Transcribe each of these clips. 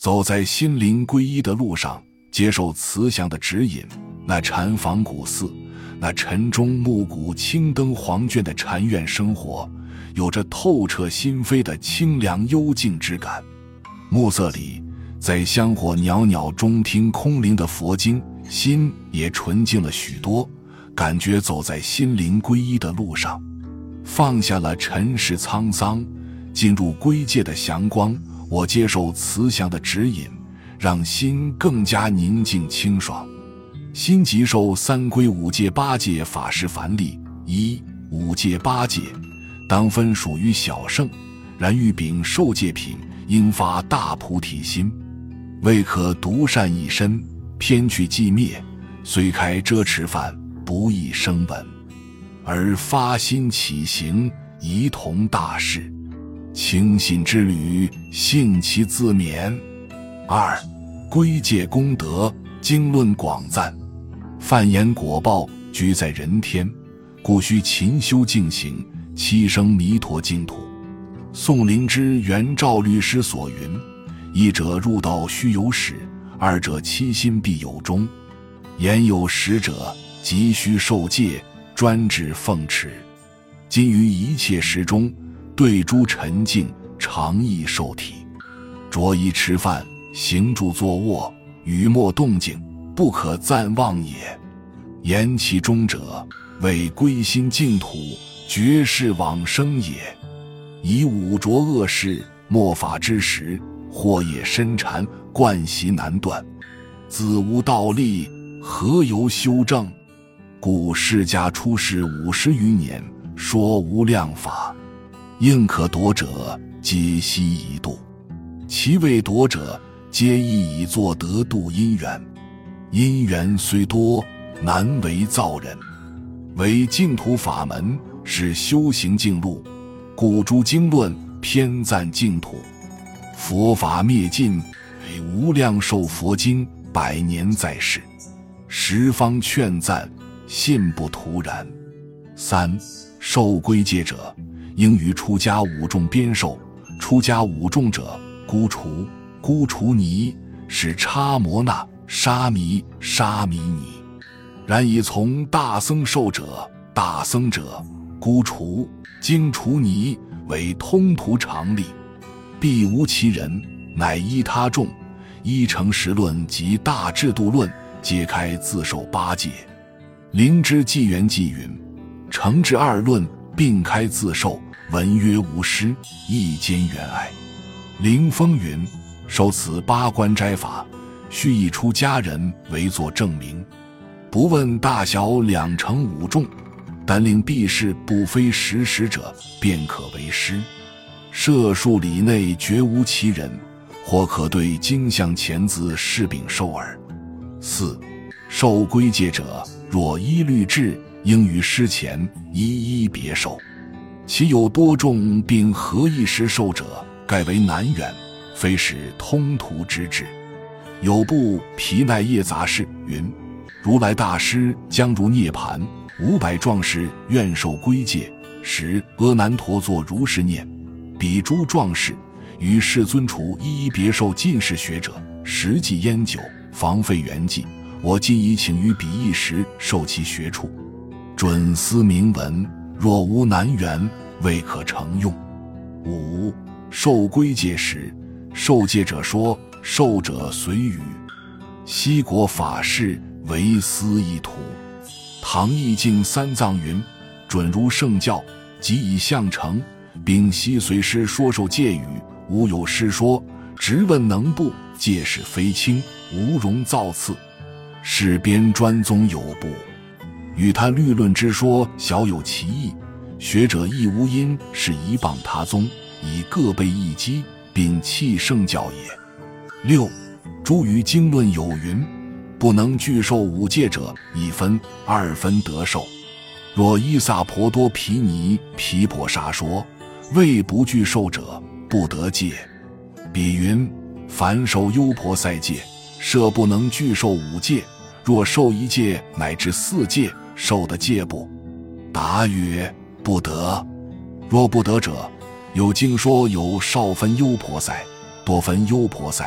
走在心灵皈依的路上，接受慈祥的指引，那禅房古寺，那晨钟暮鼓青灯黄卷的禅院生活，有着透彻心扉的清凉幽静之感。暮色里，在香火袅袅中听空灵的佛经，心也纯净了许多，感觉走在心灵皈依的路上，放下了尘世沧桑，进入归界的祥光。我接受慈祥的指引，让心更加宁静清爽。心即受三归五戒八戒法师凡例：一、五戒八戒当分属于小圣，然欲秉受戒品，应发大菩提心，未可独善一身，偏去寂灭，虽开遮持犯，不易生闻，而发心起行，仪同大事。清信之旅，信其自勉。二、归戒功德，经论广赞，梵言果报居在人天，故须勤修净行，七生弥陀净土。宋灵芝原照律师所云：一者入道须有始，二者七心必有终。言有识者，即须受戒，专制奉持。今于一切时中，对诸沉静，常意受体。着衣吃饭，行住坐卧，语默动静，不可暂忘也。言其中者，为归心净土，绝世往生也。以五浊恶事，末法之时，祸业深缠，惯习难断。自无道力，何由修正？故释迦出世50余年，说无量法，应可夺者，皆悉一度；其未夺者，皆亦以作得度因缘。因缘虽多，难为造人。为净土法门，是修行净路，故诸经论偏赞净土。佛法灭尽，为无量寿佛经100年在世，十方劝赞，信不徒然。三、受归戒者，应于出家五众边受。出家五众者，孤除、孤除尼，是叉摩那、沙弥、沙弥尼。然以从大僧受者，大僧者，孤除、经除尼为通途常例，必无其人，乃依他众，依成实论及大制度论，揭开自受八戒。灵芝纪元纪云：成至二论，并开自受，文曰无失，一兼缘爱。灵峰云：受此八关斋法，须以出家人为作证明，不问大小2成5众，但令避世不非实识者，便可为师。摄数里内绝无其人，或可对经相前字释禀受耳。四、受归戒者，若依律制，应于师前一一别受。其有多众并合一时受者，盖为难远，非是通途之志。有部毗奈耶杂事云：如来大师将如涅盘，500壮士愿受归戒时，阿难陀作如是念：彼诸壮士于世尊处一一别受进士学者，实际烟酒，防费圆寂。我今已请于彼一时受其学处，准思明文，若无难缘，未可成用。五、受归戒时，受戒者说，受者随语。西国法事为斯一图。唐义净三藏云：准如圣教，即以相成，并悉随师说受戒语，无有师说，直问能部，戒是非轻，无容造次。世边专宗有部，与他律论之说小有歧义，学者亦无因是一谤他宗，以各备一机，摒弃圣教也。六、诸于经论有云：不能具受五戒者，一分、二分得受。若依萨婆多毗尼毗婆沙说，未不具受者，不得戒。比云：凡受优婆塞戒，设不能具受五戒，若受一戒乃至4戒，受的戒不？答曰：不得。若不得者，有经说有少分优婆塞、多分优婆塞、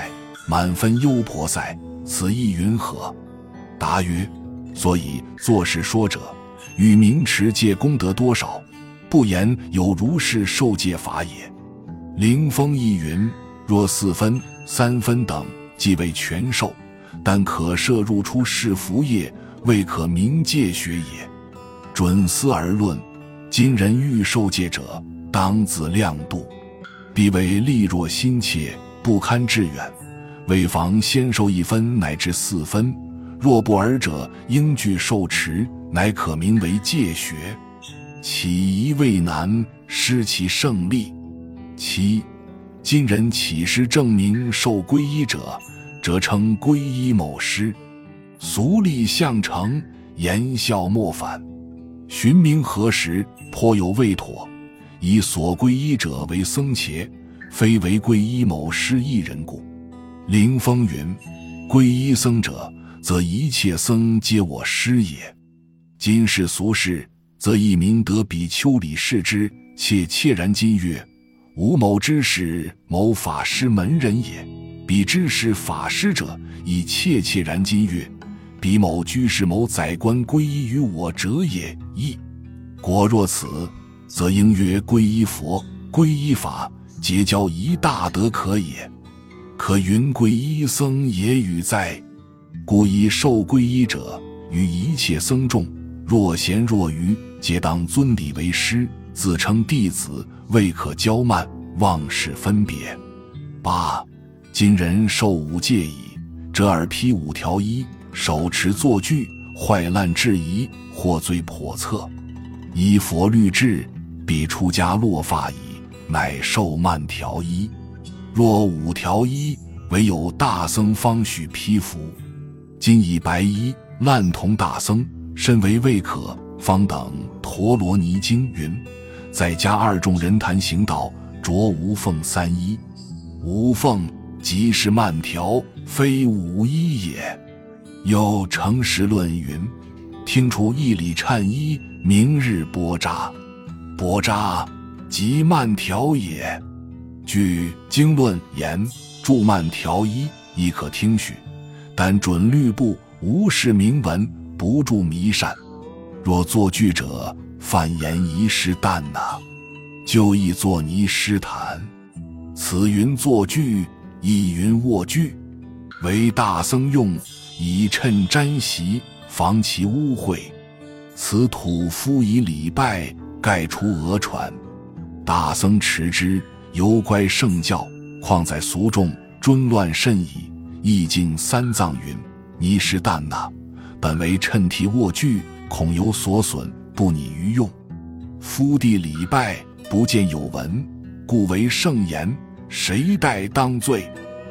满分优婆塞，此意云何？答曰：所以作是说者，与明持戒功德多少，不言有如是受戒法也。灵峰亦云：若4分、3分等，即为全受，但可摄入出是福业，未可名戒学也。准思而论，今人欲受戒者，当自量度，必为力弱心切，不堪致远，为防先受1分乃至4分，若不尔者，应具受持，乃可名为戒学。起疑未难，失其胜利。7. 今人起师证明受皈依者，则称皈依某师，俗立相成，言笑莫反。寻名何时，颇有未妥，以所皈依者为僧伽，非为皈依某师一人故。灵峰云：皈依僧者，则一切僧皆我师也。今世俗世，则一民得比丘里视之，切然今曰：吾某之使某法师门人也。彼之使法师者，以切然今曰：彼某居士某宰官皈依于我者也。亦果若此，则应曰皈依佛、皈依法，结交一大德可也。可云皈依僧也与哉？故以受皈依者，于一切僧众，若贤若愚，皆当尊礼为师，自称弟子，未可骄慢，妄事分别。8. 今人受5戒矣，则耳披5条衣，手持作具，坏烂质疑，获罪叵测。依佛律制，彼出家落发矣，乃受慢条衣。若5条衣，唯有大僧方许披服。今以白衣烂铜大僧，身为未可，方等陀罗尼经云：在家2众人谈行道，着无缝3衣。无缝即是慢条，非5衣也。有诚实论云：听出一里颤衣，明日波扎。波扎即慢条也。据经论言，著慢条衣亦可听许，但准律部无视明文，不著弥善。若作句者，犯言遗失旦那，就亦作泥诗坛。此云作句，亦云卧具，为大僧用，以趁沾习，防其污秽。此土夫以礼拜，盖除讹传。大僧持之，犹乖圣教，况在俗众，尊乱甚矣。易经3藏云：泥施旦那，本为趁替卧具，恐有所损，不拟于用。夫地礼拜，不见有文，故为圣言，谁待当罪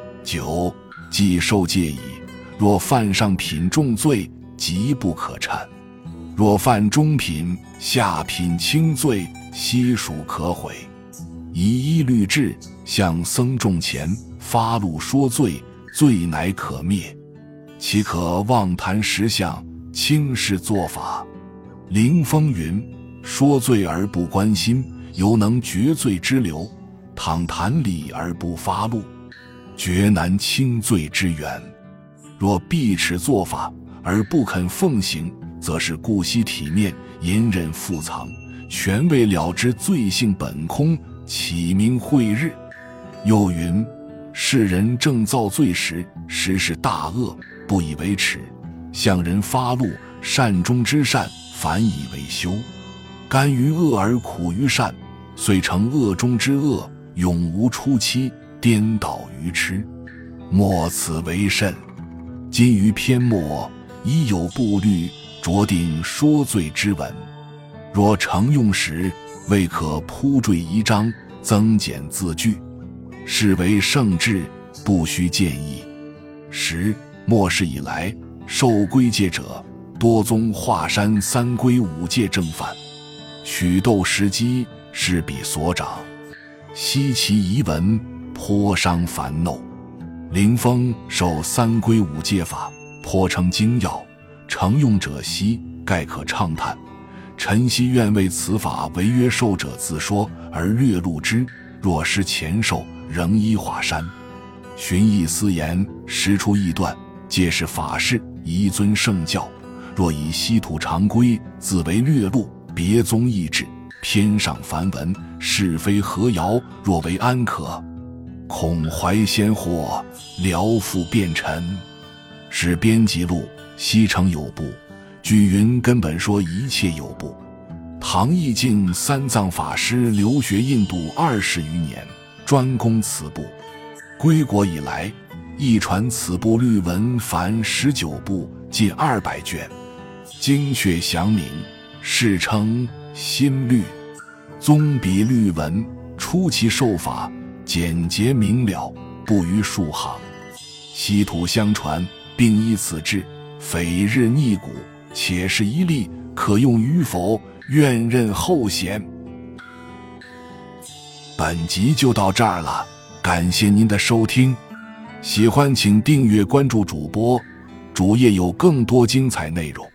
？9. 既受戒矣，若犯上品重罪，即不可忏；若犯中品、下品轻罪，悉属可毁。以依律制，向僧众前发怒说罪，罪乃可灭。岂可妄谈实相，轻视做法？灵峰云：说罪而不关心，犹能绝罪之流；倘谈理而不发怒，绝难轻罪之源。若避耻做法而不肯奉行，则是顾惜体面，隐忍复藏，全为了知罪性本空，起名慧日。又云：世人正造罪时，实是大恶，不以为耻；向人发怒，善中之善，反以为修。甘于恶而苦于善，遂成恶中之恶，永无出期，颠倒愚痴。莫此为甚。今于篇末，已有部律，着定说罪之文。若常用时，未可铺缀仪章，增减字句，是为圣制，不须建议。10. 末世以来，受皈戒者，多宗华山3归5戒正犯，取斗时机，是彼所长。悉其遗文，颇伤烦怒。灵峰受3归5戒法，颇称精要，常用者稀，盖可畅叹。臣昔愿为此法违约受者自说，而略录之。若失前受，仍依华山。 循义思言，实出异断，皆是法事，宜遵圣教。若以稀土常规，自为略录，别宗义志，偏上梵文，是非何谣，若为安可？恐怀先祸，聊复变陈。是编辑录，西城有部，据云根本说一切有部。唐义净三藏法师留学印度20余年，专攻此部。归国以来，译传此部律文凡19部，近200卷，精确详明，世称新律。宗笔律文，出其授法，简洁明了，不逾数行。稀土相传，并依此志，匪日逆古，且是一例，可用与否，愿任后贤。本集就到这儿了，感谢您的收听，喜欢请订阅关注主播，主页有更多精彩内容。